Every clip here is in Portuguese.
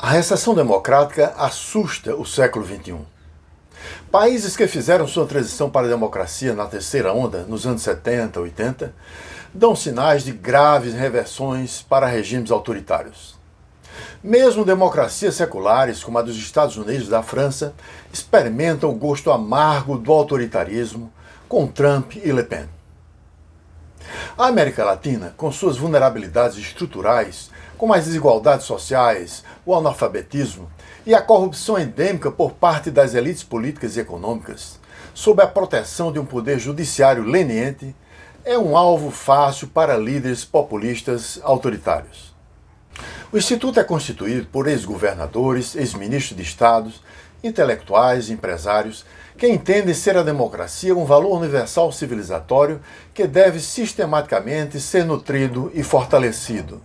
A recessão democrática assusta o século XXI. Países que fizeram sua transição para a democracia na terceira onda, nos anos 70, 80, dão sinais de graves reversões para regimes autoritários. Mesmo democracias seculares, como a dos Estados Unidos e da França, experimentam o gosto amargo do autoritarismo com Trump e Le Pen. A América Latina, com suas vulnerabilidades estruturais, como as desigualdades sociais, o analfabetismo e a corrupção endêmica por parte das elites políticas e econômicas, sob a proteção de um poder judiciário leniente, é um alvo fácil para líderes populistas autoritários. O Instituto é constituído por ex-governadores, ex-ministros de Estados, intelectuais e empresários que entendem ser a democracia um valor universal civilizatório que deve sistematicamente ser nutrido e fortalecido.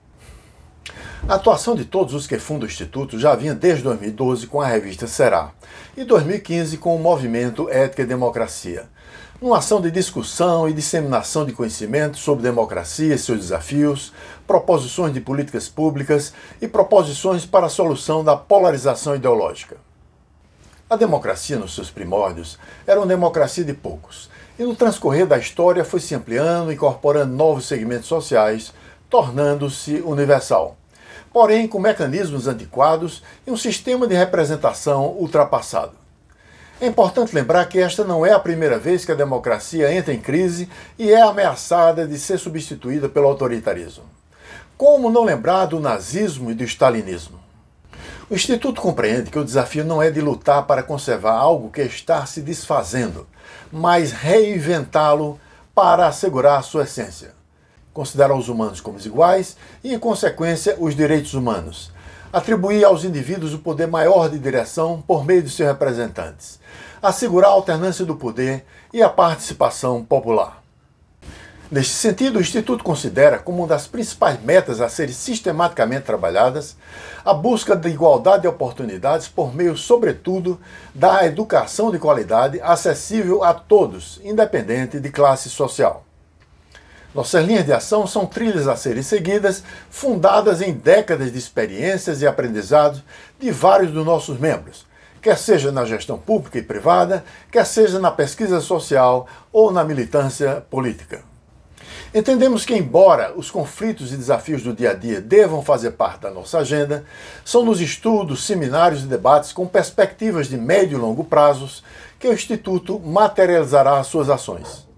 A atuação de todos os que fundam o Instituto já vinha desde 2012 com a revista Será e 2015 com o movimento Ética e Democracia, numa ação de discussão e disseminação de conhecimento sobre democracia e seus desafios, proposições de políticas públicas e proposições para a solução da polarização ideológica. A democracia, nos seus primórdios, era uma democracia de poucos, e no transcorrer da história foi se ampliando, incorporando novos segmentos sociais, tornando-se universal. Porém, com mecanismos antiquados e um sistema de representação ultrapassado. É importante lembrar que esta não é a primeira vez que a democracia entra em crise e é ameaçada de ser substituída pelo autoritarismo. Como não lembrar do nazismo e do stalinismo? O Instituto compreende que o desafio não é de lutar para conservar algo que está se desfazendo, mas reinventá-lo para assegurar sua essência. Considerar os humanos como iguais e, em consequência, os direitos humanos. Atribuir aos indivíduos o poder maior de direção por meio de seus representantes. Assegurar a alternância do poder e a participação popular. Neste sentido, o Instituto considera como uma das principais metas a serem sistematicamente trabalhadas a busca da igualdade de oportunidades por meio, sobretudo, da educação de qualidade acessível a todos, independente de classe social. Nossas linhas de ação são trilhas a serem seguidas, fundadas em décadas de experiências e aprendizados de vários dos nossos membros, quer seja na gestão pública e privada, quer seja na pesquisa social ou na militância política. Entendemos que, embora os conflitos e desafios do dia a dia devam fazer parte da nossa agenda, são nos estudos, seminários e debates com perspectivas de médio e longo prazos que o Instituto materializará suas ações.